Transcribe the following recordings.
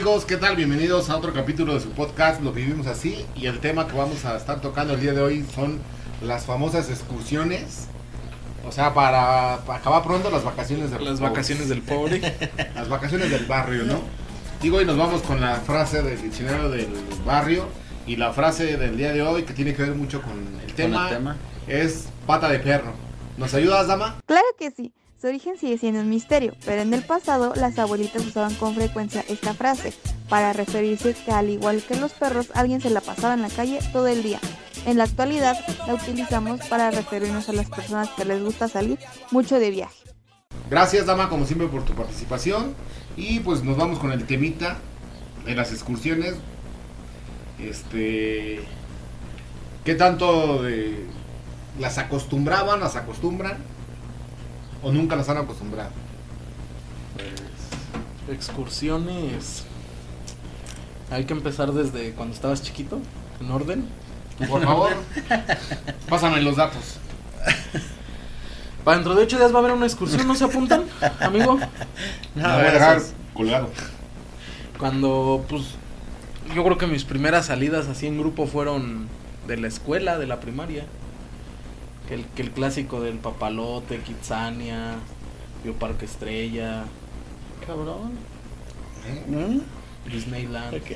amigos? ¿Qué tal? Bienvenidos a otro capítulo de su podcast, Lo Vivimos Así. Y el tema que vamos a estar tocando el día de hoy son las famosas excursiones. O sea, para acabar pronto las vacaciones del vacaciones del pobre. Las vacaciones del barrio, ¿no? Digo, y nos vamos con la frase del diccionario del barrio. Y la frase del día de hoy, que tiene que ver mucho con el tema, es pata de perro. ¿Nos ayudas, dama? Claro que sí. Su origen sigue siendo un misterio, pero en el pasado las abuelitas usaban con frecuencia esta frase para referirse que al igual que los perros, alguien se la pasaba en la calle todo el día. En la actualidad la utilizamos para referirnos a las personas que les gusta salir mucho de viaje. Gracias, dama, como siempre, por tu participación. Y pues nos vamos con el temita de las excursiones. ¿Qué tanto las acostumbraban, las acostumbran? ¿O nunca las han acostumbrado? Pues, excursiones. Hay que empezar desde cuando estabas chiquito, en orden. Por favor, pásame los datos. Para dentro de 8 días va a haber una excursión, ¿no se apuntan, amigo? No, voy a dejar colgado. Cuando, pues, yo creo que mis primeras salidas así en grupo fueron de la escuela, de la primaria. Que el clásico del Papalote, Kitsania, Bioparque Estrella. Cabrón. Disneyland. Okay.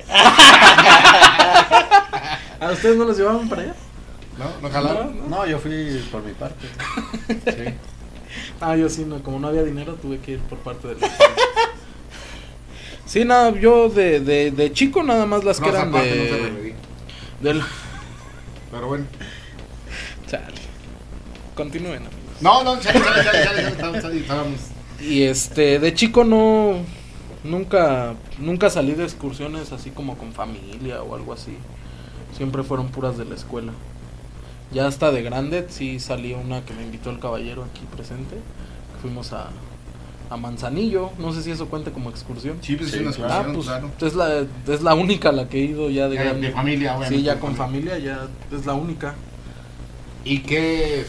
¿A ustedes no los llevaban para allá? ¿No jalaron? No, yo fui por mi parte. Sí. Yo sí, no, como no había dinero tuve que ir por parte de la escuela. Sí, nada, yo de chico nada más las que eran del... Pero bueno. Chale. Continúen, amigos. No, chale, estábamos. Y de chico nunca salí de excursiones así como con familia o algo así. Siempre fueron puras de la escuela. Ya hasta de grande sí salí una que me invitó el caballero aquí presente. Fuimos a Manzanillo, no sé si eso cuente como excursión. Sí, pues sí, una excursión, pues claro. Es la única a la que he ido ya de grande. De familia, obviamente. Sí, ya con familia ya es la única. ¿Y qué,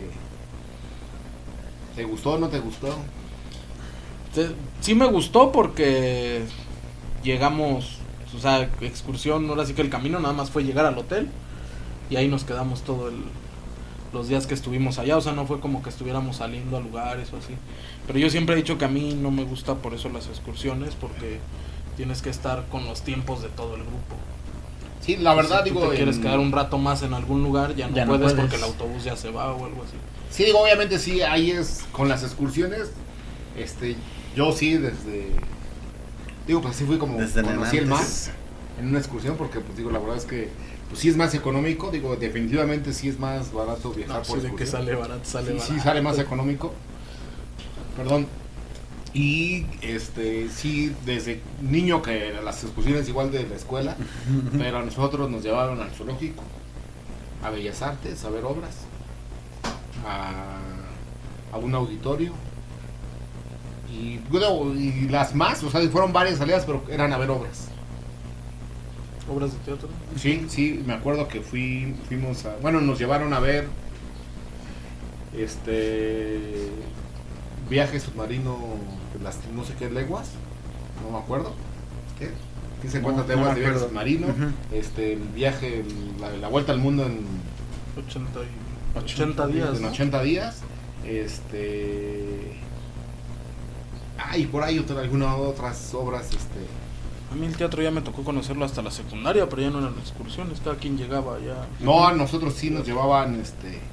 te gustó o no te gustó? Sí me gustó porque llegamos, o sea, excursión, ahora sí que el camino nada más fue llegar al hotel y ahí nos quedamos los días que estuvimos allá, o sea, no fue como que estuviéramos saliendo a lugares o así. Pero yo siempre he dicho que a mí no me gusta por eso las excursiones, porque tienes que estar con los tiempos de todo el grupo. Sí, la verdad, si digo... tú te quieres quedar un rato más en algún lugar, ya no puedes porque el autobús ya se va o algo así. Sí, digo, obviamente sí, ahí es con las excursiones, yo sí digo, pues así fui como conocí el mar en una excursión, porque pues digo, la verdad es que pues sí es más económico, digo, definitivamente sí es más barato viajar por excursión. De que sale barato, barato. Sí, sale más económico, perdón. Y sí, desde niño que las excursiones igual de la escuela, pero a nosotros nos llevaron al zoológico, a Bellas Artes, a ver obras, a un auditorio y bueno, y las más, o sea, fueron varias salidas, pero eran a ver obras. ¿Obras de teatro? Sí, me acuerdo que fuimos nos llevaron a ver viaje submarino de las no sé qué leguas, no me acuerdo, ¿qué? 50 leguas de viaje submarino, el viaje, la vuelta al mundo en 80 días. En 80 días, y por ahí algunas otras obras, A mí el teatro ya me tocó conocerlo hasta la secundaria, pero ya no eran excursiones, cada quien llegaba ya. No, a nosotros sí nos llevaban en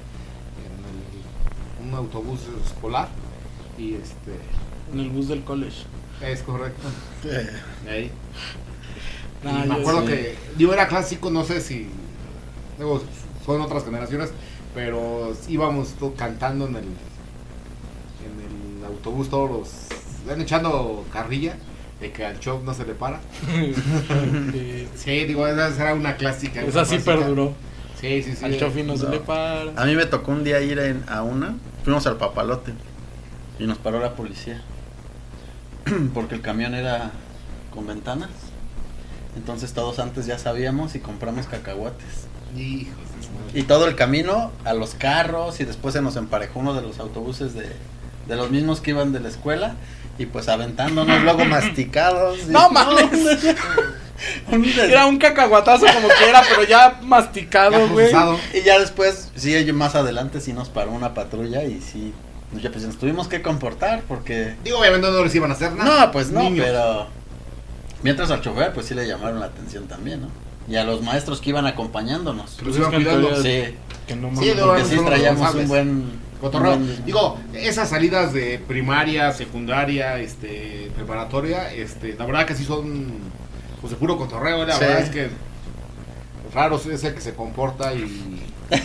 un autobús escolar y en el bus del college. Es correcto. Ahí. Nah, y me acuerdo que era clásico, no sé si luego son otras generaciones, pero íbamos cantando en el autobús, todos van echando carrilla de que al Chof no se le para. Sí, digo, esa era una clásica. Esa sí perduró. Sí. Al Chofi no se le para. A mí me tocó un día ir fuimos al Papalote y nos paró la policía porque el camión era con ventanas. Entonces todos antes ya sabíamos y compramos cacahuates. Hijos. Y todo el camino a los carros, y después se nos emparejó uno de los autobuses de los mismos que iban de la escuela, Y pues aventándonos luego masticados. No mames. Era un cacahuatazo como que era, pero ya masticado, güey. Y ya después, sí, más adelante sí nos paró una patrulla y sí, ya pues nos tuvimos que comportar porque... Digo, obviamente no les iban a hacer nada. No, pues no, niños. Pero... Mientras al chofer, pues sí le llamaron la atención también, ¿no? Y a los maestros que iban acompañándonos. Los iban cuidando. Sí. Que no sí, porque sí traíamos un buen... cotorreo. Digo, esas salidas de primaria, secundaria, preparatoria, la verdad que sí son pues de puro cotorreo, la verdad es que raro es el que se comporta y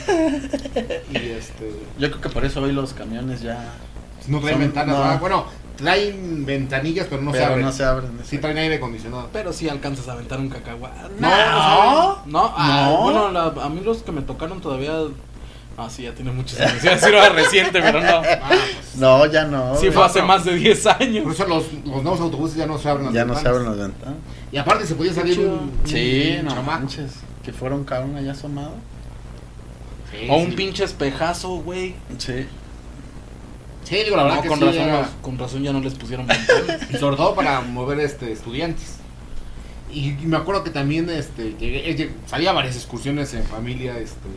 Yo creo que por eso hoy los camiones ya no traen ventanas, no. Bueno, traen ventanillas pero no se abren. Sí traen aire acondicionado. Pero sí alcanzas a aventar un cacahuate. No. Bueno, a mí los que me tocaron todavía... sí, ya tiene muchos años. Ya era reciente, pero no. Pues, no, ya no. Sí, fue hace más de 10 años. Por eso los nuevos autobuses ya no se abren las ventanas. Ya no se abren las ventanas. Y aparte se podía salir no manches. Que fuera un cabrón allá asomado. Sí, o un pinche espejazo, güey. Sí. Sí, digo, la verdad que con sí. Con razón ya no les pusieron ventanas. Y sobre todo para mover estudiantes. Y me acuerdo que también salía varias excursiones en familia,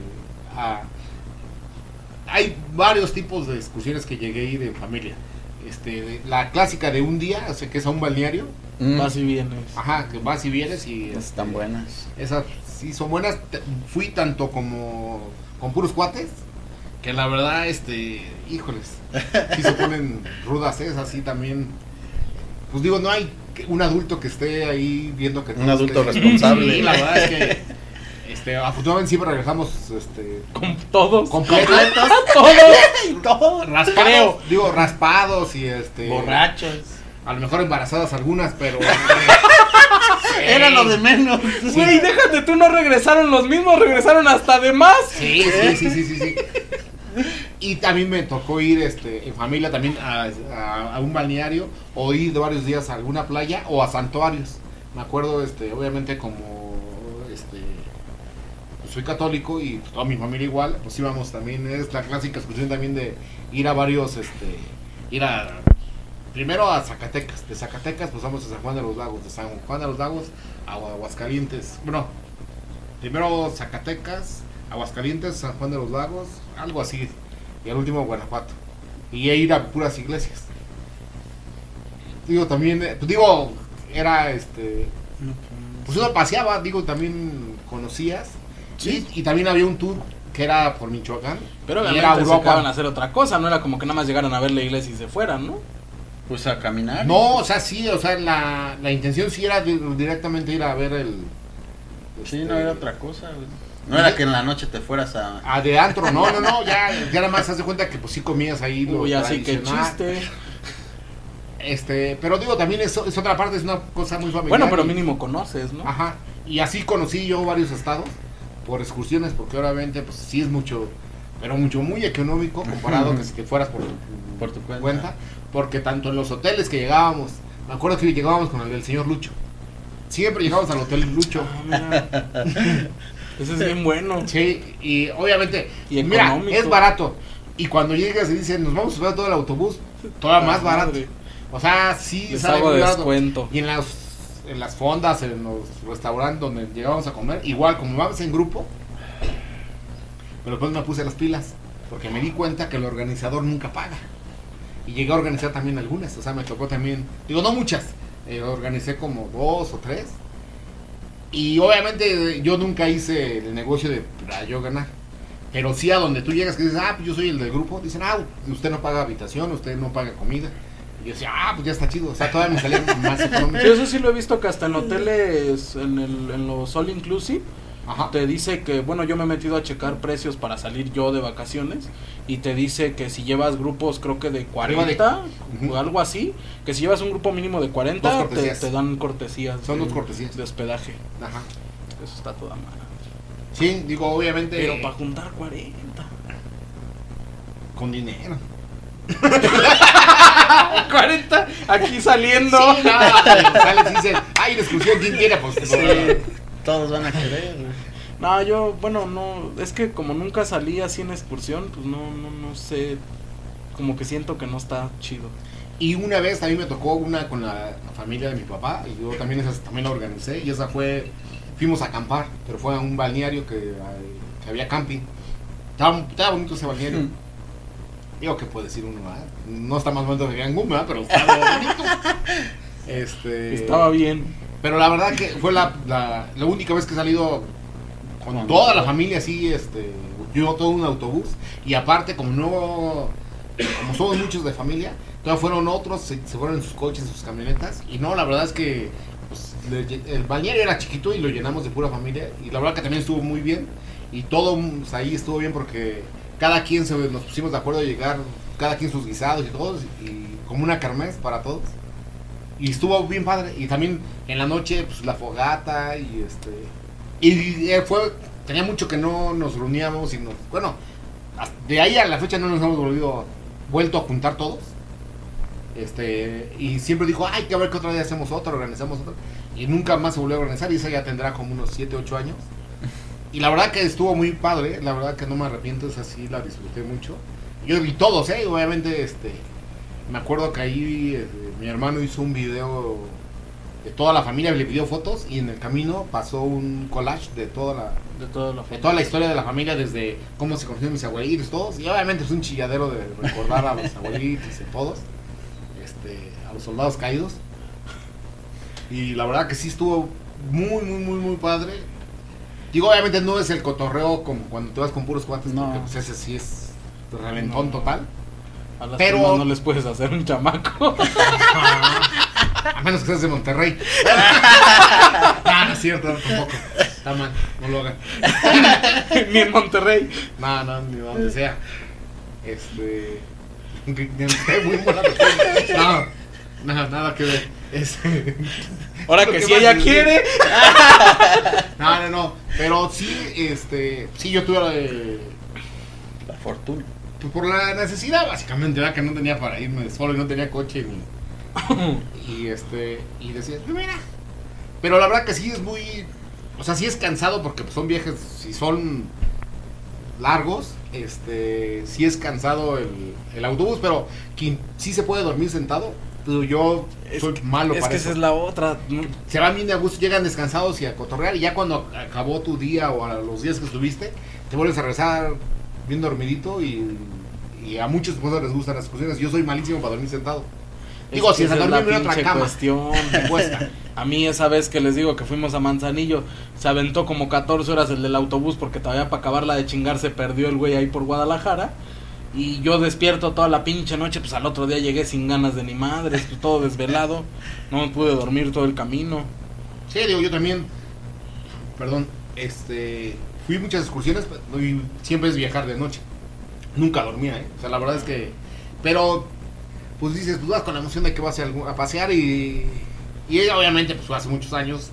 hay varios tipos de excursiones que llegué a ir en familia. La clásica de un día, o sea, que es a un balneario. Vas y vienes. Ajá, que vas y vienes y... Están buenas. Esas sí son buenas. Fui tanto como con puros cuates, que la verdad, híjoles, sí se ponen rudas esas, así también. Pues digo, no hay un adulto que esté ahí viendo que... Un adulto responsable. Sí, la verdad es que... afortunadamente siempre regresamos con todos completos todos raspados, digo raspados y borrachos, a lo mejor embarazadas algunas, pero era lo de menos. Güey, déjate tú, no regresaron los mismos, regresaron hasta de más. Sí. Y también me tocó ir en familia también a un balneario o ir de varios días a alguna playa o a santuarios. Me acuerdo obviamente como soy católico y pues, toda mi familia igual, pues íbamos también, es la clásica excursión también de ir a varios, primero a Zacatecas, de Zacatecas pues vamos a San Juan de los Lagos, de San Juan de los Lagos a Aguascalientes, bueno, primero Zacatecas, Aguascalientes, San Juan de los Lagos, algo así, y al último Guanajuato, y ir a puras iglesias. Digo, también, era pues uno paseaba, también conocías. Sí. Y también había un tour que era por Michoacán. Pero obviamente se acaban a hacer otra cosa, no era como que nada más llegaran a ver la iglesia y se fueran, ¿no? Pues a caminar. No, o sea, sí, o sea, la intención sí era directamente ir a ver el... Sí, no era otra cosa, güey. No era que en la noche te fueras a de antro, no, ya nada más haz de cuenta que pues sí comías ahí lo así que chiste. Pero también es otra parte, es una cosa muy familiar. Bueno, pero mínimo conoces, ¿no? Ajá, y así conocí yo varios estados por excursiones, porque obviamente pues sí es mucho, pero muy económico comparado que si te fueras por tu cuenta, porque tanto en los hoteles que llegábamos, me acuerdo que llegábamos con el del señor Lucho, siempre llegábamos al hotel Lucho. Ese es bien bueno. Sí, y obviamente, mira, es barato, y cuando llegas y dicen, nos vamos a subir todo el autobús, todavía más barato, o sea, sí sale muy barato. Descuento. Y en las fondas, en los restaurantes donde llegábamos a comer, igual como vamos en grupo, pero después me puse las pilas, porque me di cuenta que el organizador nunca paga, y llegué a organizar también algunas, o sea, me tocó también, no muchas, organicé como 2 o 3, y obviamente yo nunca hice el negocio para yo ganar, pero sí a donde tú llegas que dices, pues yo soy el del grupo, dicen, usted no paga habitación, usted no paga comida. Y yo decía, pues ya está chido, o sea, todavía me salía más económico. Eso sí lo he visto que hasta en hoteles, en los all inclusive, ajá, te dice que, bueno, yo me he metido a checar precios para salir yo de vacaciones, y te dice que si llevas grupos, creo que de 40, o algo así, que si llevas un grupo mínimo de 40, te dan cortesías. Son 2 cortesías. De hospedaje. Ajá. Eso está toda mal. Sí, obviamente. Pero para juntar 40. Con dinero. 40 aquí saliendo. Sí, sales y dices, la excursión, ¿quién quiere? Pues sí, todos van a querer. No, yo, no, es que como nunca salí así en excursión, pues no sé, como que siento que no está chido. Y una vez también me tocó una con la familia de mi papá, y yo también esa también la organicé, y esa fuimos a acampar, pero fue a un balneario que había camping. Estaba bonito ese balneario. Digo, ¿qué puede decir uno? No está más bonito que Cancún, ¿verdad? Pero estaba bonito. Estaba bien. Pero la verdad que fue la única vez que he salido con toda la familia así, yo todo un autobús. Y aparte, como somos muchos de familia, todavía fueron otros, se fueron en sus coches, en sus camionetas. Y no, la verdad es que pues, el balneario era chiquito y lo llenamos de pura familia. Y la verdad que también estuvo muy bien. Y todo pues, ahí estuvo bien porque cada quien nos pusimos de acuerdo de llegar, cada quien sus guisados y todos. Y como una kermés para todos. Y estuvo bien padre. Y también en la noche, pues la fogata y tenía mucho que no nos reuníamos y bueno, de ahí a la fecha no nos hemos vuelto a juntar todos. Y siempre dijo, ay, que a ver qué otro día hacemos otro, organizamos otro. Y nunca más se volvió a organizar y esa ya tendrá como unos 7, 8 años. Y la verdad que estuvo muy padre, la verdad que no me arrepiento, esa sí la disfruté mucho. Yo vi todos, obviamente, me acuerdo que ahí mi hermano hizo un video de toda la familia, le pidió fotos y en el camino pasó un collage de toda la historia de la familia, desde cómo se conocieron mis abuelitos, todos, y obviamente es un chilladero de recordar a los abuelitos y todos, a los soldados caídos. Y la verdad que sí estuvo muy, muy, muy, muy padre. Digo, obviamente no es el cotorreo como cuando te vas con puros cuates, porque pues ese sí es reventón total. A las primas no les puedes hacer un chamaco. A menos que seas de Monterrey. No es cierto, tampoco. Está mal, no lo hagan. Ni en Monterrey. No, ni donde sea. Muy buena. No, nada que ver. Ahora que si ella quiere. No. Pero sí, sí, yo tuve la fortuna. Pues por la necesidad, básicamente, ¿verdad? Que no tenía para irme solo y no tenía coche y decía, mira. Pero la verdad que sí es muy, o sea, sí es cansado porque pues, son viajes, si son largos, sí es cansado el autobús, pero quien sí se puede dormir sentado, pero yo soy malo para eso. Es que esa es la otra. Se van bien de a gusto, llegan descansados y a cotorrear, y ya cuando acabó tu día o a los días que estuviste, te vuelves a regresar bien dormidito y a muchos pues, les gustan las excursiones. Yo soy malísimo para dormir sentado. Digo, si se dormir en otra cama, cuestión. Te cuesta. A mí esa vez que les digo que fuimos a Manzanillo, se aventó como 14 horas el del autobús porque todavía para acabarla de chingar se perdió el güey ahí por Guadalajara. Y yo despierto toda la pinche noche, pues al otro día llegué sin ganas de ni madres, pues, todo desvelado. No me pude dormir todo el camino. Sí, digo, yo también, perdón, fui muchas excursiones y siempre es viajar de noche. Nunca dormía, O sea, la verdad es que, pero, pues dices, pues vas con la emoción de que vas a pasear y ella obviamente, pues hace muchos años,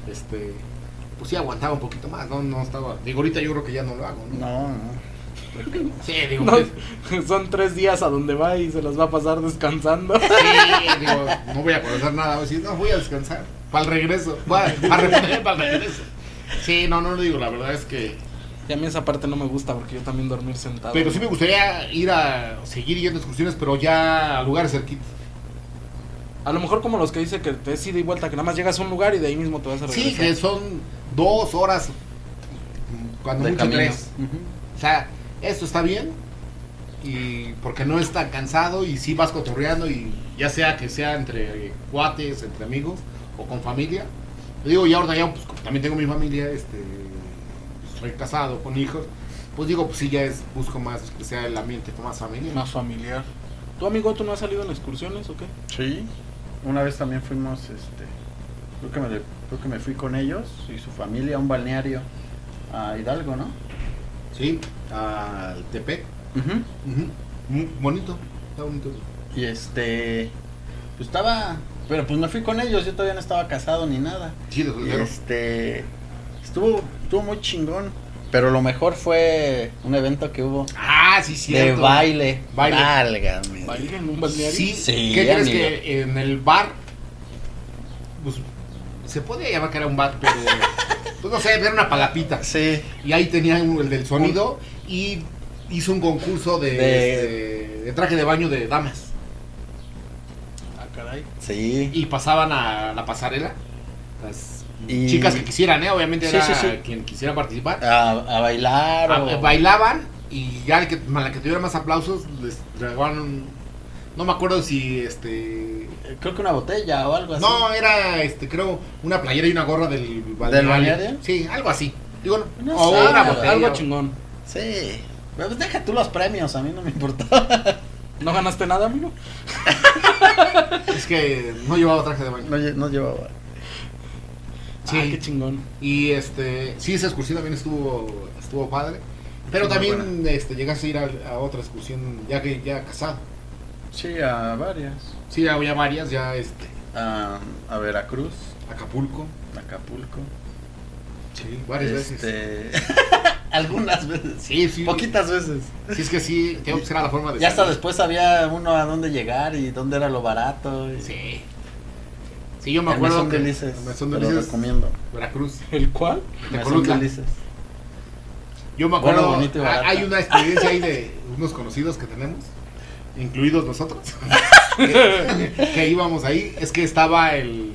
pues sí aguantaba un poquito más, no estaba, digo, ahorita yo creo que ya no lo hago, No. Sí, digo, no, son 3 días a donde va y se las va a pasar descansando. Sí, digo, no voy a conocer nada, voy a decir, no, voy a descansar, para el regreso, para el regreso. Sí, no digo, la verdad es que... Y a mí esa parte no me gusta porque yo también dormir sentado. Pero sí me gustaría seguir yendo a excursiones, pero ya a lugares cerquitos. A lo mejor como los que dice que te es ida y vuelta, que nada más llegas a un lugar y de ahí mismo te vas a regresar. Sí, que son 2 horas, cuando mucho 3. O sea, esto está bien, y porque no es tan cansado y sí vas cotorreando, y ya sea que sea entre cuates, entre amigos o con familia. Yo digo, ya ahora ya pues, también tengo mi familia, soy casado con hijos, pues digo, pues sí, ya busco más que sea el ambiente más familiar. Más familiar. ¿Tu amigo, tú no has salido en excursiones o qué? Sí, una vez también fuimos, creo que me fui con ellos y su familia a un balneario a Hidalgo, ¿no? Sí, al Tepec. Muy bonito, está bonito. Y pues estaba, pero pues me fui con ellos, yo todavía no estaba casado ni nada. Sí, de soltero. Estuvo muy chingón, pero lo mejor fue un evento que hubo. Ah, sí, cierto. De baile. Válgame. ¿Baile en un balneario? Sí, ¿qué crees que en el bar? Pues se podía llamar que era un bar, pero pues no sé, era una palapita. Sí. Y ahí tenían el del sonido y hizo un concurso de traje de baño de damas. caray. Sí. Y pasaban a la pasarela. Las chicas que quisieran, obviamente era quien quisiera participar. A bailar. Bailaban y ya la que tuviera más aplausos les regalaban no me acuerdo si creo que una botella o algo así. No, era creo una playera y una gorra del balneario. Sí, algo así. Digo, no o sé, una botella. Algo chingón. Sí. Pues deja tú los premios, a mí no me importó. ¿No ganaste nada, amigo? Es que no llevaba traje de baño. No llevaba. Sí, qué chingón. Y sí, esa excursión también estuvo padre. Pero también llegaste a ir a otra excursión ya casado. Sí, a varias. Sí, había varias, ya a Veracruz, Acapulco. Sí, varias veces. Algunas veces. Sí. Poquitas veces. Sí, es que sí, tengo que ser a la forma de ya hasta después había uno a dónde llegar y dónde era lo barato. Sí. Sí, yo me acuerdo. Mesón Delices. Mesón te Delices. lo recomiendo. Veracruz. ¿El cuál? Mesón Delices. Yo me acuerdo, bueno, bonito y barato. Hay una experiencia ahí de unos conocidos que tenemos, incluidos nosotros, que íbamos ahí. Es que estaba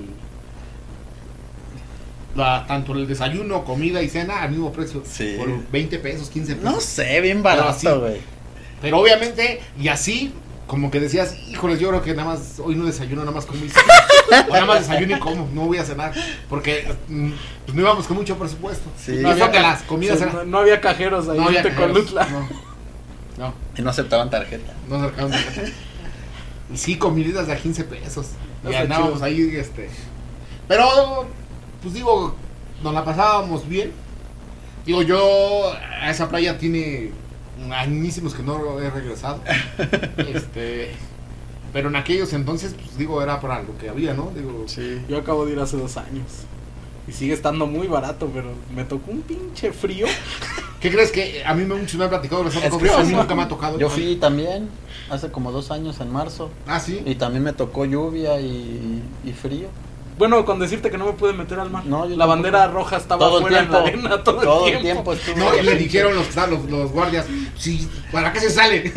tanto el desayuno, comida y cena al mismo precio. Sí. Por 20 pesos, 15 pesos. No sé, bien barato, güey. Pero obviamente, y así, como que decías, híjoles, yo creo que nada más, hoy no desayuno, nada más comí. O nada más desayuno y como, no voy a cenar. Porque pues no íbamos con mucho presupuesto. Sí. No había que las comidas no había cajeros ahí en Tecolutla. No. Y no aceptaban tarjeta. No acercaban tarjeta. Y sí, comidas de a 15 pesos. Y andábamos ahí, Pero, pues digo, nos la pasábamos bien. Digo, yo a esa playa tiene añísimos que no he regresado. Pero en aquellos entonces, pues digo, era para lo que había, ¿no? Digo, sí. Yo acabo de ir hace 2 años. Y sigue estando muy barato, pero me tocó un pinche frío. ¿Qué crees que a mí muchos me han platicado? A mí nunca me ha tocado. Yo fui también hace como 2 años en marzo. Ah, sí. Y también me tocó lluvia y frío. Bueno, con decirte que no me pude meter al mar. No, la bandera roja estaba todo fuera en la arena todo el tiempo. No, y le dijeron los guardias, sí, ¿para qué se sale?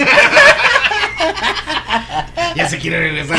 Ya se quiere regresar.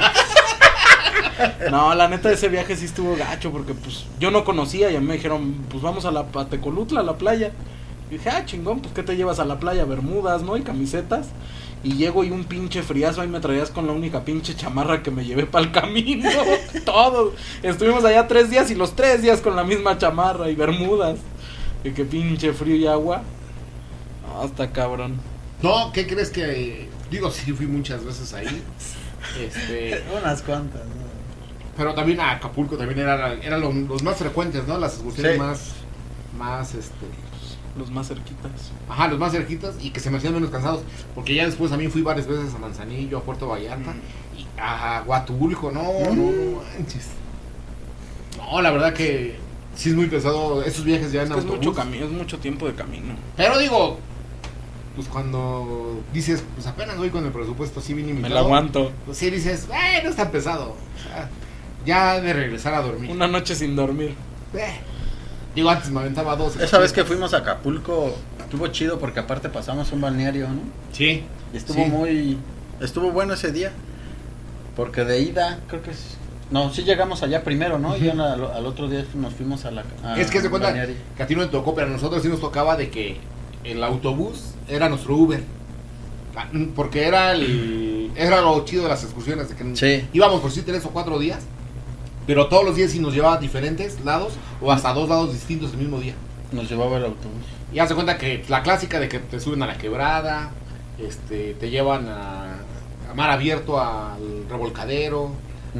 No, la neta, ese viaje sí estuvo gacho, porque pues yo no conocía y a mí me dijeron, pues vamos a Tecolutla, a la playa. Y dije, chingón, pues ¿qué te llevas a la playa? Bermudas, ¿no? Y camisetas. Y llego y un pinche friazo, ahí me traías con la única pinche chamarra que me llevé para el camino. Todos. Estuvimos allá 3 días y los 3 días con la misma chamarra y bermudas. Y que pinche frío y agua. No, está cabrón. No, ¿qué crees que...? Digo, sí fui muchas veces ahí. Unas cuantas, ¿no? Pero también a Acapulco también eran los más frecuentes, ¿no? Las excursiones más los más cerquitas. Ajá, los más cerquitas y que se me hacían menos cansados. Porque ya después también fui varias veces a Manzanillo, a Puerto Vallarta y a Huatulco. No manches. No, la verdad que sí es muy pesado esos viajes ya en autobús. Es mucho tiempo de camino. Pero digo, pues cuando dices, pues apenas voy con el presupuesto así bien limitado. Me lo aguanto. Pues sí dices, no es tan pesado. O sea, ya de regresar a dormir. Una noche sin dormir. Digo, antes me aventaba 2. Esa vez que fuimos a Acapulco estuvo chido porque aparte pasamos un balneario, ¿no? Sí. Y estuvo bueno ese día. Porque de ida, creo que sí llegamos allá primero, ¿no? Y ya al otro día nos fuimos a es que se cuenta balneario. Que a ti no te tocó, pero a nosotros sí nos tocaba de que el autobús era nuestro Uber. Porque era lo chido de las excursiones, de que íbamos por 3 o 4 días. Pero todos los días sí nos llevaba a diferentes lados o hasta 2 lados distintos el mismo día. Nos llevaba el autobús. Y haz de cuenta que la clásica de que te suben a la quebrada, te llevan a mar abierto, al revolcadero,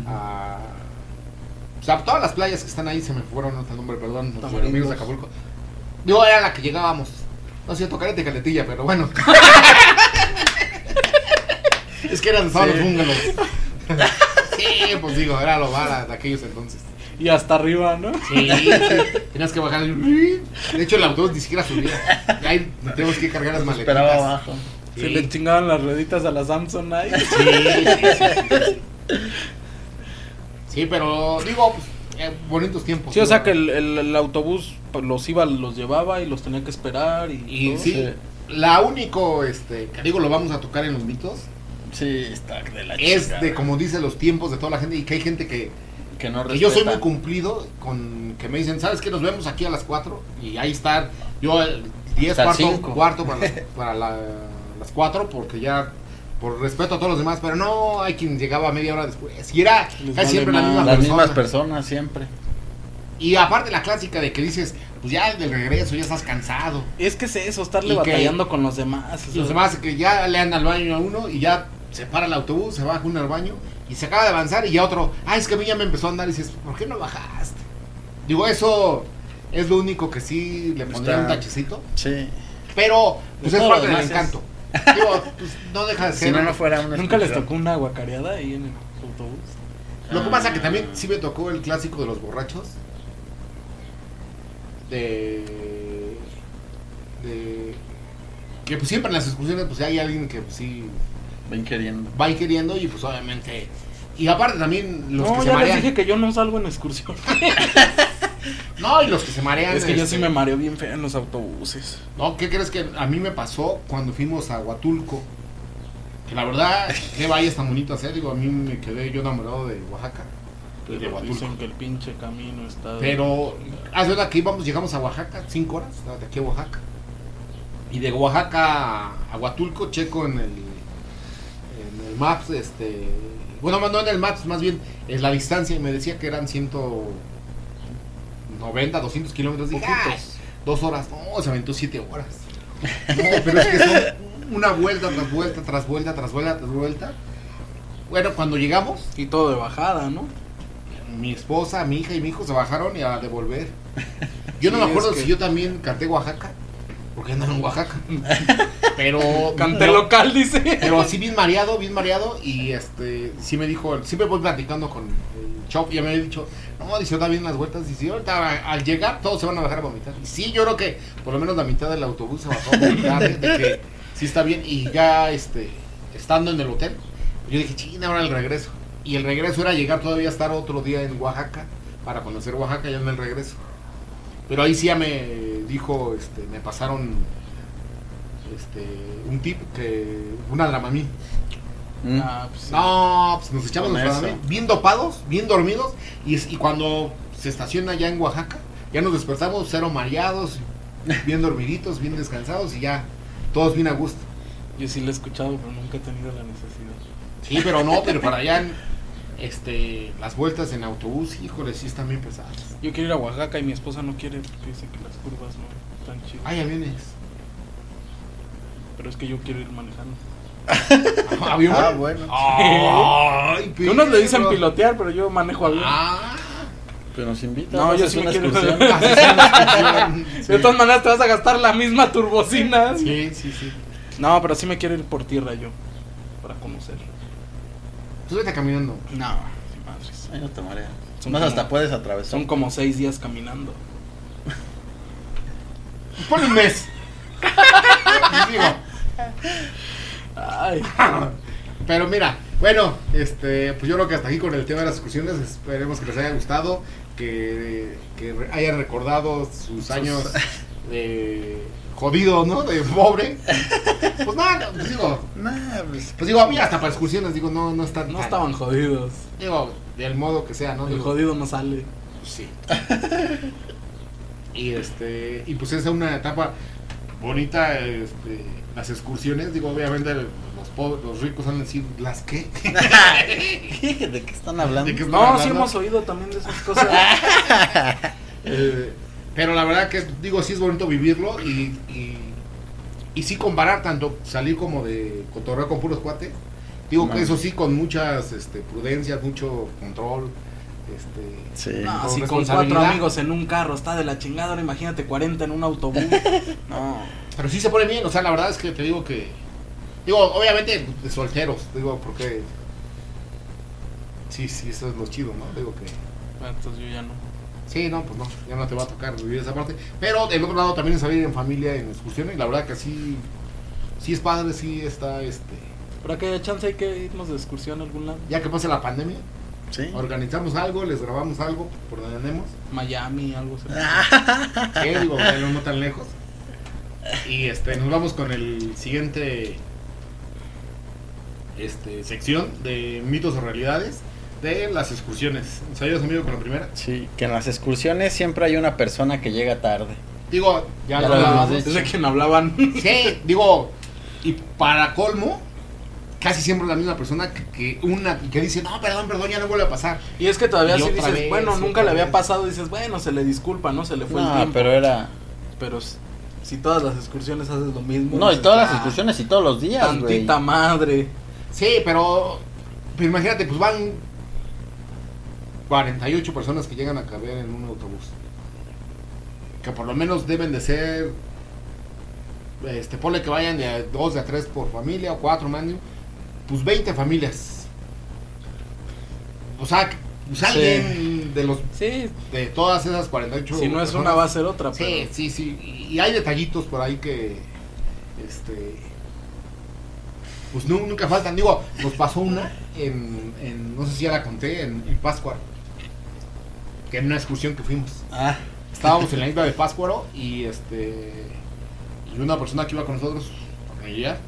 o sea, todas las playas que están ahí se me fueron hasta el nombre, perdón, nuestros amigos de Acapulco. Yo era la que llegábamos. No sé, Careta y Caletilla, pero bueno. Es que eran los bungalows. Sí, pues digo, era lo bala de aquellos entonces. Y hasta arriba, ¿no? Sí, tenías que bajar. De hecho, el autobús ni siquiera subía. Ahí tenemos que cargar las maletas. Esperaba abajo. Sí. Se le chingaban las rueditas a la Samsung ahí. Sí. Sí, pero digo, pues, bonitos tiempos. Sí, o sea que el autobús los llevaba y los tenía que esperar. Y sí, la único, que digo, lo vamos a tocar en los mitos. Sí, está de la es chingada. de, como dice, los tiempos de toda la gente, y que hay gente que no respeta. que yo soy muy cumplido con que me dicen, ¿sabes qué? Nos vemos aquí a las 4 y ahí estar yo 10, cuarto para las 4, porque ya por respeto a todos los demás, pero no hay quien llegaba media hora después. Y era casi siempre las mismas personas siempre. Y aparte la clásica de que dices, pues ya del regreso ya estás cansado. Es que es eso, estarle batallando con los demás. Y los demás que ya le andan al baño a uno y ya se para el autobús, se baja uno al baño y se acaba de avanzar y ya otro, es que a mí ya me empezó a andar y dices, ¿por qué no bajaste? Digo, eso es lo único que sí le pondría un tachecito. Sí. Pero pues es parte del encanto. Digo, pues no deja de ser. Si no fuera una ¿Nunca les tocó una guacareada ahí en el autobús? Lo que pasa que también sí me tocó el clásico de los borrachos. De que pues siempre en las excursiones pues hay alguien que pues sí va queriendo y pues obviamente, y aparte también los que se marean. No, ya les dije que yo no salgo en excursión. No, y los que se marean. Es que yo sí me mareo bien feo en los autobuses. No, ¿qué crees que a mí me pasó cuando fuimos a Huatulco? Que la verdad, qué vaya tan bonito hacer. Digo, a mí me quedé yo enamorado de Oaxaca. Pero de Huatulco. Dicen que el pinche camino está... Pero, hace hora que llegamos a Oaxaca, 5 horas, de aquí a Oaxaca. Y de Oaxaca a Huatulco, checo en el Maps, bueno, no en el Maps, más bien en la distancia, y me decía que eran 190, 200 kilómetros. Dije, 2 horas. No, se aventó 7 horas. No, pero es que son una vuelta tras vuelta, tras vuelta, tras vuelta, tras vuelta. Bueno, cuando llegamos... Y todo de bajada, ¿no? Mi esposa, mi hija y mi hijo se bajaron y a devolver. Yo no me acuerdo si yo también canté Oaxaca, porque andan en Oaxaca. Pero... Canté local, dice. Pero así bien mareado, y sí me dijo, siempre voy platicando con el Chop, y ya me había dicho, no, dice, ahorita vienen las vueltas, y si ahorita al llegar todos se van a bajar a vomitar. Y sí, yo creo que por lo menos la mitad del autobús se bajó a vomitar, de que sí está bien, y ya estando en el hotel, yo dije, china, ahora el regreso. Y el regreso era llegar todavía a estar otro día en Oaxaca, para conocer Oaxaca ya en el regreso. Pero ahí sí ya me dijo, me pasaron un tip, una Dramamine. Pues sí. No, pues nos echamos los Dramamine, bien dopados, bien dormidos, y cuando se estaciona ya en Oaxaca, ya nos despertamos 0 mareados, bien dormiditos, bien descansados, y ya, todos bien a gusto. Yo sí lo he escuchado, pero nunca he tenido la necesidad. Sí, pero para allá, las vueltas en autobús, híjole, sí están bien pesadas. Yo quiero ir a Oaxaca y mi esposa no quiere porque dice que las curvas no están chidas. Hay aviones. Pero es que yo quiero ir manejando. ¿Avión? Bueno. Ay, que unos le dicen pilotear, pero yo manejo avión. Pero nos invitan. No, yo sí me quiero. Sí. De todas maneras te vas a gastar la misma turbocina. Sí. No, pero sí me quiero ir por tierra yo, para conocerlo. Pues vete caminando. No, sin madres. Ahí no te mareas. Más hasta puedes atravesar. Son como 6 días caminando. Pon un mes. Digo. Ay. Pero mira, bueno, pues yo creo que hasta aquí con el tema de las excursiones. Esperemos que les haya gustado, que hayan recordado sus años de jodido, ¿no? De pobre. Pues nada, pues digo, a mí hasta para excursiones digo, no están. No estaban jodidos. Digo, del modo que sea, ¿no? El jodido no sale. Sí. Y pues esa es una etapa bonita, las excursiones, digo, obviamente los ricos van a decir, ¿las qué? ¿De qué están hablando? Sí hemos oído también de esas cosas. Pero la verdad que, digo, sí es bonito vivirlo y sí comparar tanto salir como de cotorreo con puros cuates. Digo que eso sí, con muchas prudencias, mucho control. Sí. No, si con 4 amigos en un carro está de la chingada, ahora imagínate 40 en un autobús. No. Pero sí se pone bien, o sea, la verdad es que te digo que... Digo, obviamente de solteros, digo, porque... Sí, eso es lo chido, ¿no? Digo que... Entonces yo ya no. Sí, no, pues no, ya no te va a tocar vivir esa parte. Pero del otro lado también es salir en familia, en excursiones, y la verdad que sí es padre, sí está, Para que haya chance hay que irnos de excursión a algún lado. Ya que pase la pandemia, ¿sí? Organizamos algo, les grabamos algo, por donde andemos. Miami, algo así. Sí, digo, no tan lejos. Y nos vamos con el siguiente sección de mitos o realidades de las excursiones. ¿Sabías, amigo, con la primera? Sí, que en las excursiones siempre hay una persona que llega tarde. Digo, ya lo hablábamos. ¿Es de quién hablaban? Sí, digo, y para colmo, casi siempre la misma persona que dice, no, perdón, ya no vuelve a pasar. Y es que todavía y sí dices, vez, bueno, nunca le había pasado, dices, bueno, se le disculpa, ¿no? Se le fue el tiempo. Pero si todas las excursiones haces lo mismo. No, y todas las excursiones y todos los días, tantita güey. Madre. Sí, pero imagínate, pues van 48 personas que llegan a caber en un autobús. Que por lo menos deben de ser, ponle que vayan de 2 a 3 por familia o 4, pues 20 familias. O sea, pues alguien de los de todas esas 48 si no es personas, una va a ser otra. Sí, pero... sí, y hay detallitos por ahí que pues nunca faltan. Digo, nos pasó una en no sé si ya la conté, en Pátzcuaro, que en una excursión que fuimos. Estábamos en la isla de Pátzcuaro y una persona que iba con nosotros, ella,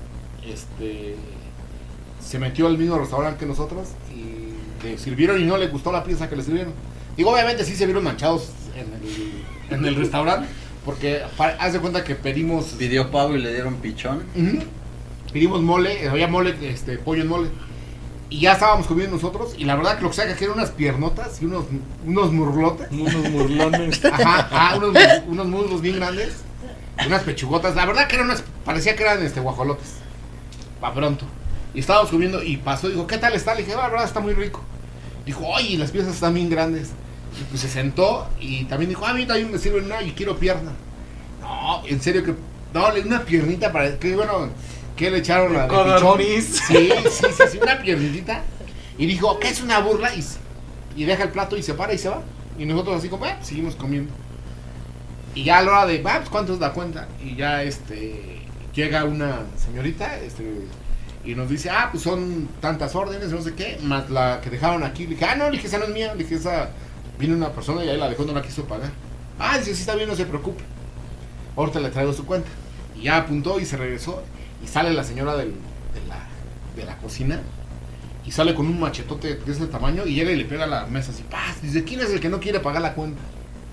se metió al mismo restaurante que nosotros y le sirvieron y no le gustó la pieza que le sirvieron. Digo, obviamente sí se vieron manchados en el restaurante, porque haz de cuenta que pidió pavo y le dieron pichón. Pedimos mole, había mole, pollo en mole. Y ya estábamos comiendo nosotros, y la verdad que lo que saca que eran unas piernotas y unos murlotes. Unos murlones. Ajá, unos muslos bien grandes, unas pechugotas. La verdad que parecía que eran guajolotes. Pa' pronto. Y estábamos comiendo y pasó, dijo, ¿qué tal está? Le dije, la verdad está muy rico. Dijo, oye, las piezas están bien grandes. Y pues se sentó y también dijo, a mí también me sirven una y quiero pierna. No, en serio que, no, una piernita para, que bueno, que le echaron a de Sí, una piernitita. Y dijo, ¿qué es una burla? Y deja el plato y se para y se va. Y nosotros así como, seguimos comiendo. Y ya a la hora de, pues ¿cuánto es la cuenta? Y ya llega una señorita, y nos dice, pues son tantas órdenes, no sé qué, más la que dejaron aquí. Le dije, no, le dije, esa no es mía. Le dije, esa vino una persona y ahí la dejó, no la quiso pagar. Dice, sí está bien, no se preocupe. Ahorita le traigo su cuenta. Y ya apuntó y se regresó. Y sale la señora de la cocina. Y sale con un machetote de ese tamaño. Y llega y le pega a la mesa así, ¡paz! Dice, ¿quién es el que no quiere pagar la cuenta?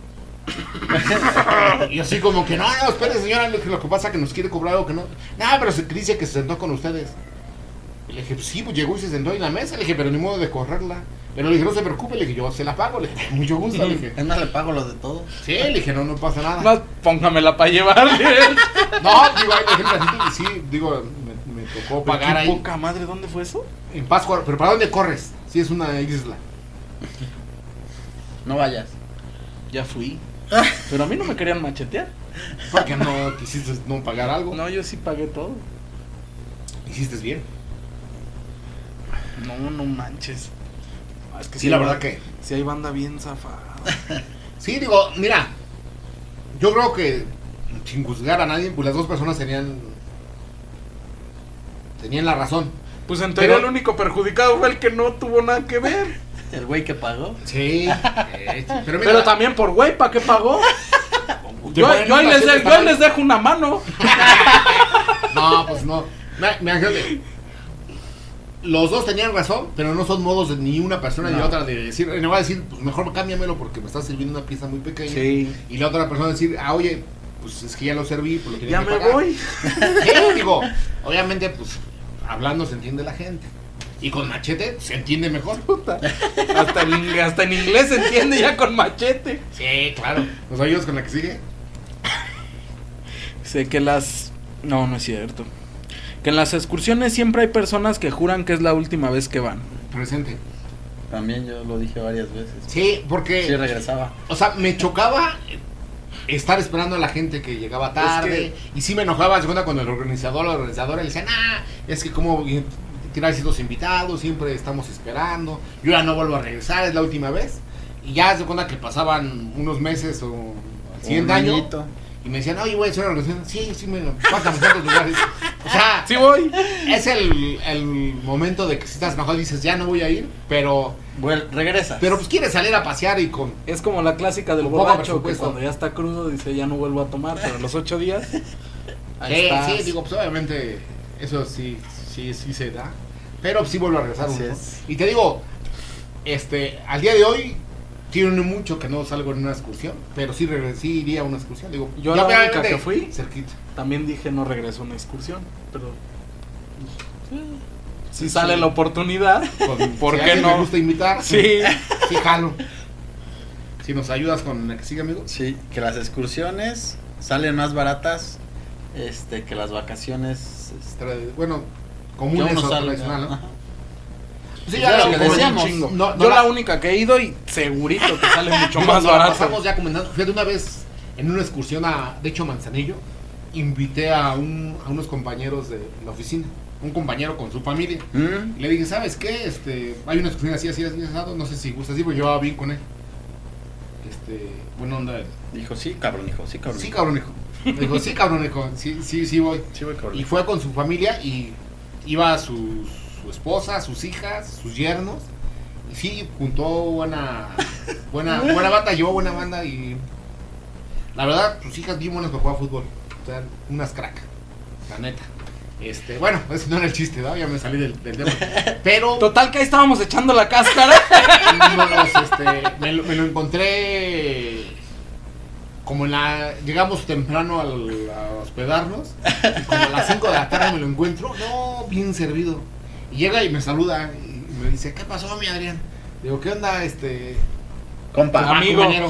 Y así como que, no, espere señora, lo que pasa es que nos quiere cobrar algo que no. No, pero dice que se sentó con ustedes. Y le dije, pues sí, pues llegó y se sentó en la mesa. Le dije, pero ni modo de correrla. Pero le dije, no se preocupe, le dije, yo se la pago. Le dije, mucho gusto, le dije. Es más, le pago lo de todo. Sí, le dije, no pasa nada. Más póngamela para llevar. No, digo, ahí le dije un ratito y sí, digo, me tocó pagar ahí. Poca madre, ¿dónde fue eso? En Pátzcuaro, pero ¿para dónde corres? Sí, es una isla. No vayas. Ya fui. Pero a mí no me querían machetear. ¿Por qué no quisiste no pagar algo? No, yo sí pagué todo. ¿Hiciste bien? No manches. Es que sí, la verdad que... Si hay banda bien zafada. Sí, digo, mira, yo creo que, sin juzgar a nadie, pues las dos personas tenían la razón. Pues en teoría el único perjudicado fue el que no tuvo nada que ver. ¿El güey que pagó? Sí. Pero también por güey, ¿para qué pagó? Yo ahí les dejo una mano. No, pues no. Imagínate. Los dos tenían razón, pero no son modos de ni una persona ni otra de decir, le va a decir, pues mejor cámbiamelo porque me estás sirviendo una pieza muy pequeña. Sí. Y la otra persona decir, oye, pues es que ya lo serví, pues lo tiene que pagar. Ya me voy. Sí, digo, obviamente, pues hablando se entiende la gente. Y con machete se entiende mejor. Puta. Hasta en inglés se entiende ya con machete. Sí, claro. ¿Nos ayudas con la que sigue? Sé que No es cierto. Que en las excursiones siempre hay personas que juran que es la última vez que van. Presente. También yo lo dije varias veces. Sí, porque... Sí, regresaba. O sea, me chocaba estar esperando a la gente que llegaba tarde. Y sí me enojaba, segunda, cuando el organizador le decía, es que como tienes los invitados, siempre estamos esperando. Yo ya no vuelvo a regresar, es la última vez. Y ya se cuenta que pasaban unos meses o 100 años. Y me decían, oye, voy a hacer una organización. Sí, me faltan tantos lugares. O sea, sí voy. Es el momento de que si estás enojado dices, ya no voy a ir, pero... Bueno, regresas. Pero pues quieres salir a pasear y con... Es como la clásica del borracho que cuando ya está crudo dice, ya no vuelvo a tomar, pero a los 8 días... Sí, digo, pues obviamente eso sí se da. pero sí vuelvo a regresar Así uno. es. Y te digo, al día de hoy tiene mucho que no salgo en una excursión, pero sí iría a una excursión. Digo, yo ya la única que fui, cerquita. también dije no regreso a una excursión, pero si sale la oportunidad, ¿por si qué no? Me gusta invitar. Sí. Sí, jalo. Si nos ayudas con la que sigue, amigo. Sí, que las excursiones salen más baratas que las vacaciones. Bueno, comunes o tradicional, ¿no? Ajá. Sí, ya lo que como decíamos. Chingo. No, Yo la única que he ido y segurito que sale mucho más barato. Pasamos ya comentando. Fíjate, una vez en una excursión de hecho, Manzanillo, invité a unos compañeros de la oficina, un compañero con su familia. Y le dije, ¿sabes qué? Hay una excursión así, asado, no sé si gustas, pues yo bien con él. Buena onda. Dijo, sí, cabrón, hijo, sí, cabrón. Sí, cabrón, hijo. Me dijo, sí, cabrón, hijo, sí voy. Sí, voy, cabrón. Y fue con su familia y iba su esposa, sus hijas, sus yernos. Y sí, juntó buena banda, llevó buena banda y la verdad, sus hijas bien buenas para jugar fútbol. O sea, unas crack, la neta. Bueno, ese no era el chiste, ¿no? Ya me salí del tema. Pero total que ahí estábamos echando la cáscara. me lo encontré como llegamos temprano a hospedarnos, y como a las 5 de la tarde me lo encuentro, no, bien servido. Y llega y me saluda y me dice, ¿qué pasó, mi Adrián? Digo, ¿qué onda, compa, amigo? Compañero?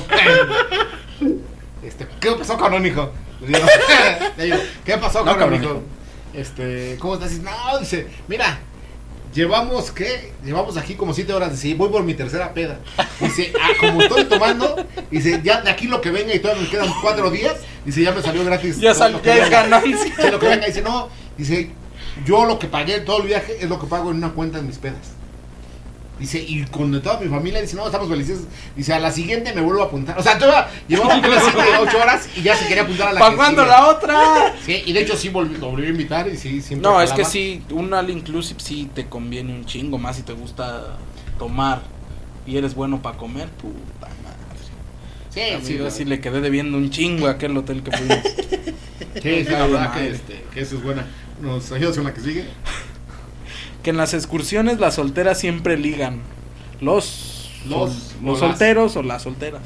¿Qué pasó, cabrón, hijo? Le digo, ¿qué pasó, cabrón, hijo? ¿Cómo estás? No, dice, mira, llevamos aquí como 7 horas. Dice, voy por mi tercera peda. Dice, como estoy tomando, dice, ya de aquí lo que venga y todavía me quedan 4 días. Dice, ya me salió gratis. Ya es ganancia. Dice, lo que venga. Dice, no, dice, yo lo que pagué todo el viaje es lo que pago en una cuenta en mis pedas. Dice, y con toda mi familia, dice, no, estamos felices. Dice, a la siguiente me vuelvo a apuntar. O sea, llevaba apenas 7 o 8 horas y ya se quería apuntar a la ¿Para cuándo la otra? Sí, y de hecho sí lo volví a invitar y sí, siempre. No, es que sí, un all inclusive sí te conviene un chingo más si te gusta tomar y eres bueno para comer, puta madre. Sí, yo sí le quedé debiendo un chingo a aquel hotel que fuimos. Sí, la verdad que eso es buena. ¿Nos ayudas con la que sigue? Que en las excursiones las solteras siempre ligan. Los solteros o las solteras.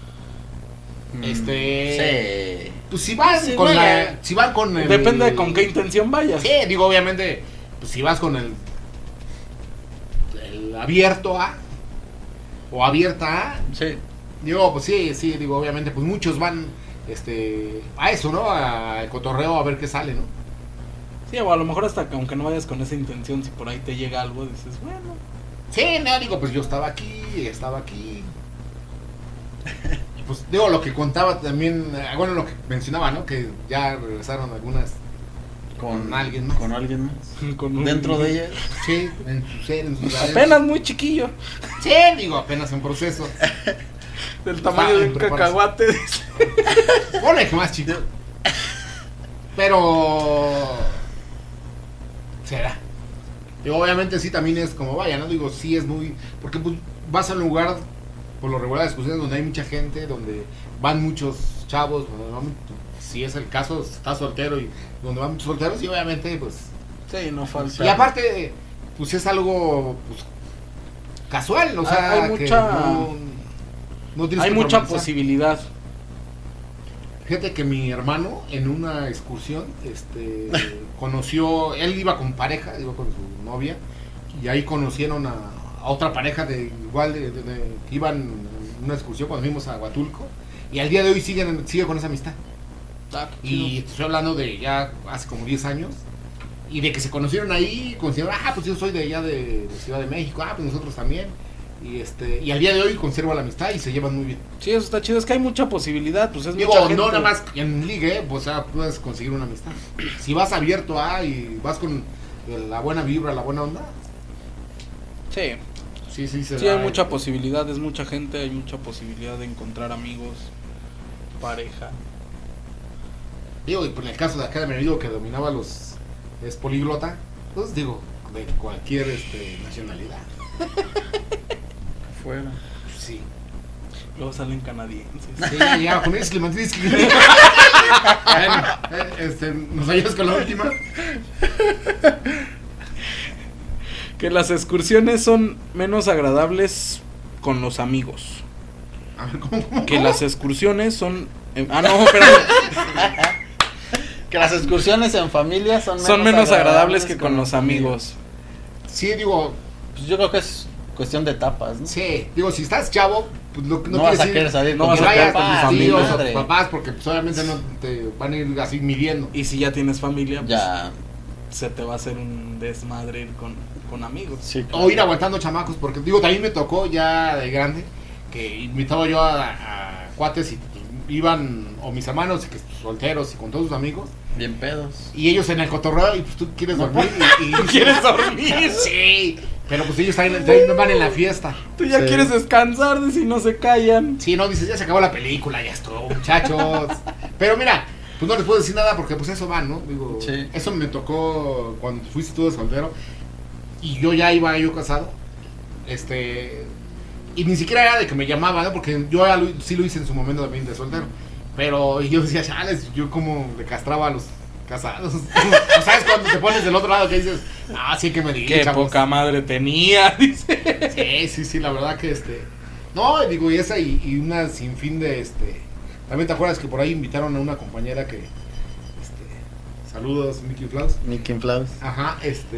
Sí. Pues si van con el... Depende de con qué intención vayas. Sí, digo, obviamente, pues si vas con el abierto A o abierta A. Sí. Digo, pues sí, digo, obviamente, pues muchos van a eso, ¿no? Al cotorreo a ver qué sale, ¿no? Sí, o a lo mejor hasta que aunque no vayas con esa intención, si por ahí te llega algo, dices, bueno. Sí, no, digo, pues yo estaba aquí. Y pues digo, lo que contaba también, bueno, lo que mencionaba, ¿no? Que ya regresaron algunas con alguien más. Con alguien más. Dentro de ella. Sí, en sus apenas muy chiquillo. Sí, digo, apenas en proceso. Del tamaño de un cacahuate. Ponle que más chico. Pero será. Digo, obviamente sí también es como vaya, ¿no? Digo, sí es muy... Porque pues, vas a un lugar, por lo regular, de excursiones donde hay mucha gente, donde van muchos chavos, si es el caso, estás soltero y donde van muchos solteros, y obviamente, pues... Sí, no falta. Y aparte, pues es algo pues, casual, o sea, hay mucha... no tienes hay que mucha formalizar. posibilidad. Fíjate que mi hermano en una excursión conoció, él iba con pareja, iba con su novia y ahí conocieron a otra pareja de que iban en una excursión cuando fuimos a Huatulco y al día de hoy sigue con esa amistad. Y estoy hablando de ya hace como 10 años y de que se conocieron ahí, conocieron, pues yo soy de allá de Ciudad de México, pues nosotros también. Y al día de hoy conserva la amistad y se llevan muy bien. Sí, eso está chido, es que hay mucha posibilidad, pues es digo, mucha gente. No nada más en ligue, pues puedes conseguir una amistad. Si vas abierto y vas con la buena vibra, la buena onda. Sí. Sí, hay mucha posibilidad, es mucha gente, hay mucha posibilidad de encontrar amigos, pareja. Digo, y por el caso de acá de mi amigo que dominaba es políglota, pues digo, de cualquier nacionalidad. Fuera. Sí. Luego salen canadienses. Sí, ya, con eso bueno, ¿nos ayudas con la última? Que las excursiones son menos agradables con los amigos. A ver, ¿cómo? Que las excursiones son... no, espérame. Que las excursiones en familia son menos agradables que con los amigos. Sí, digo... Pues yo creo que es cuestión de etapas, ¿no? Sí, digo, si estás chavo, pues no vas a querer salir no con vas a querer con tu familia. o tus papás, porque pues, obviamente no te van a ir así midiendo. Y si ya tienes familia, pues Ya. se te va a hacer un desmadre ir con amigos. Sí, claro. O ir aguantando chamacos, porque digo, también me tocó ya de grande, que invitaba yo a cuates y iban, o mis hermanos, que solteros y con todos sus amigos. Bien pedos. Y ellos en el cotorreo, y pues tú quieres dormir. ¿Tú quieres dormir? Sí, pero pues ellos también van en la fiesta. Tú ya quieres descansar de si no se callan. Sí, no, dices, ya se acabó la película, ya estuvo, muchachos. Pero mira, pues no les puedo decir nada porque pues eso va, ¿no? Digo, sí. Eso me tocó cuando fuiste tú de soltero y yo ya iba casado. Y ni siquiera era de que me llamaba, ¿no? Porque yo ya sí lo hice en su momento también de soltero. Pero yo decía, chales, yo como le castraba a los casados. O sabes cuando te pones del otro lado que dices, sí que me digas. Qué poca madre tenía, dice. Sí, la verdad que no, digo, y esa y una sinfín de también te acuerdas que por ahí invitaron a una compañera que saludos, Mickey Flaus. Mickey Flaus. Ajá,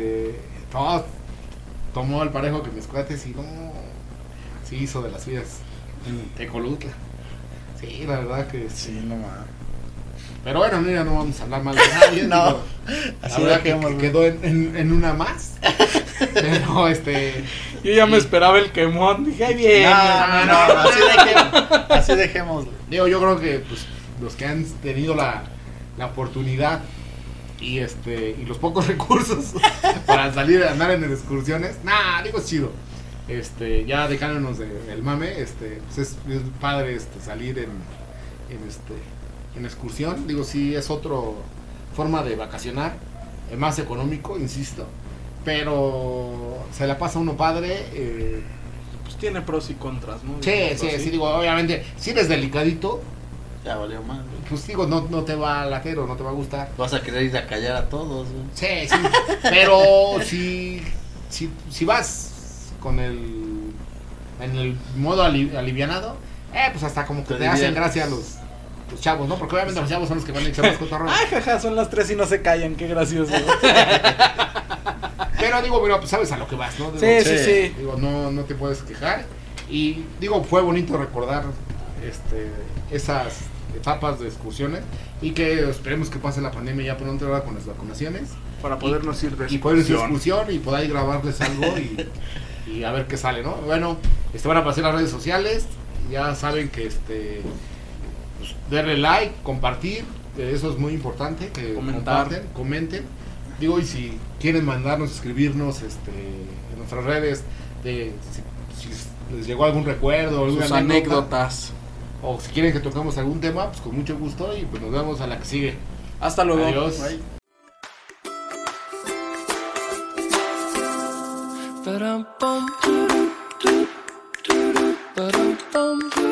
tomó el parejo que mis cuates y no, sí hizo de las suyas de Colutla. Sí, la verdad que sí, no más. Pero bueno, mira, no vamos a hablar mal de nadie. No, digo, así la verdad que quedó en una más. Pero yo ya me esperaba el quemón, dije, ay bien. No, así dejémoslo. Digo, yo creo que pues los que han tenido la oportunidad y los pocos recursos para salir a andar en excursiones, digo, es chido. Ya dejándonos del mame, pues es padre salir en excursión. Digo, sí es otra forma de vacacionar, más económico, insisto, pero se la pasa uno padre. Pues tiene pros y contras, ¿no? Sí, digo, obviamente, si eres delicadito, ya valió mal, güey. pues digo, no te va a latir o no te va a gustar. Vas a querer ir a callar a todos, güey. Sí, pero si vas en el modo alivianado, pues hasta como que te hacen gracia los chavos, ¿no? Porque obviamente los chavos son los que van a echar más cotorreo. Ay, jaja, son las 3 y no se callan, qué gracioso. Pero digo, mira, pues sabes a lo que vas, ¿no? Digo, sí. Digo, no te puedes quejar. Y digo, fue bonito recordar esas etapas de excursiones y que esperemos que pase la pandemia ya pronto ahora con las vacunaciones. Para podernos ir de excursión. Y podernos ir de excursión y poder grabarles algo y a ver qué sale, ¿no? Bueno, van a pasar las redes sociales, ya saben que pues, darle like, compartir, eso es muy importante, que comenten. Digo, y si quieren mandarnos, escribirnos en nuestras redes si les llegó algún recuerdo, sus anécdotas, o si quieren que toquemos algún tema, pues con mucho gusto y pues nos vemos a la que sigue. Hasta luego. Adiós. Bye. Ba-dum-bum, ba-dum-bum.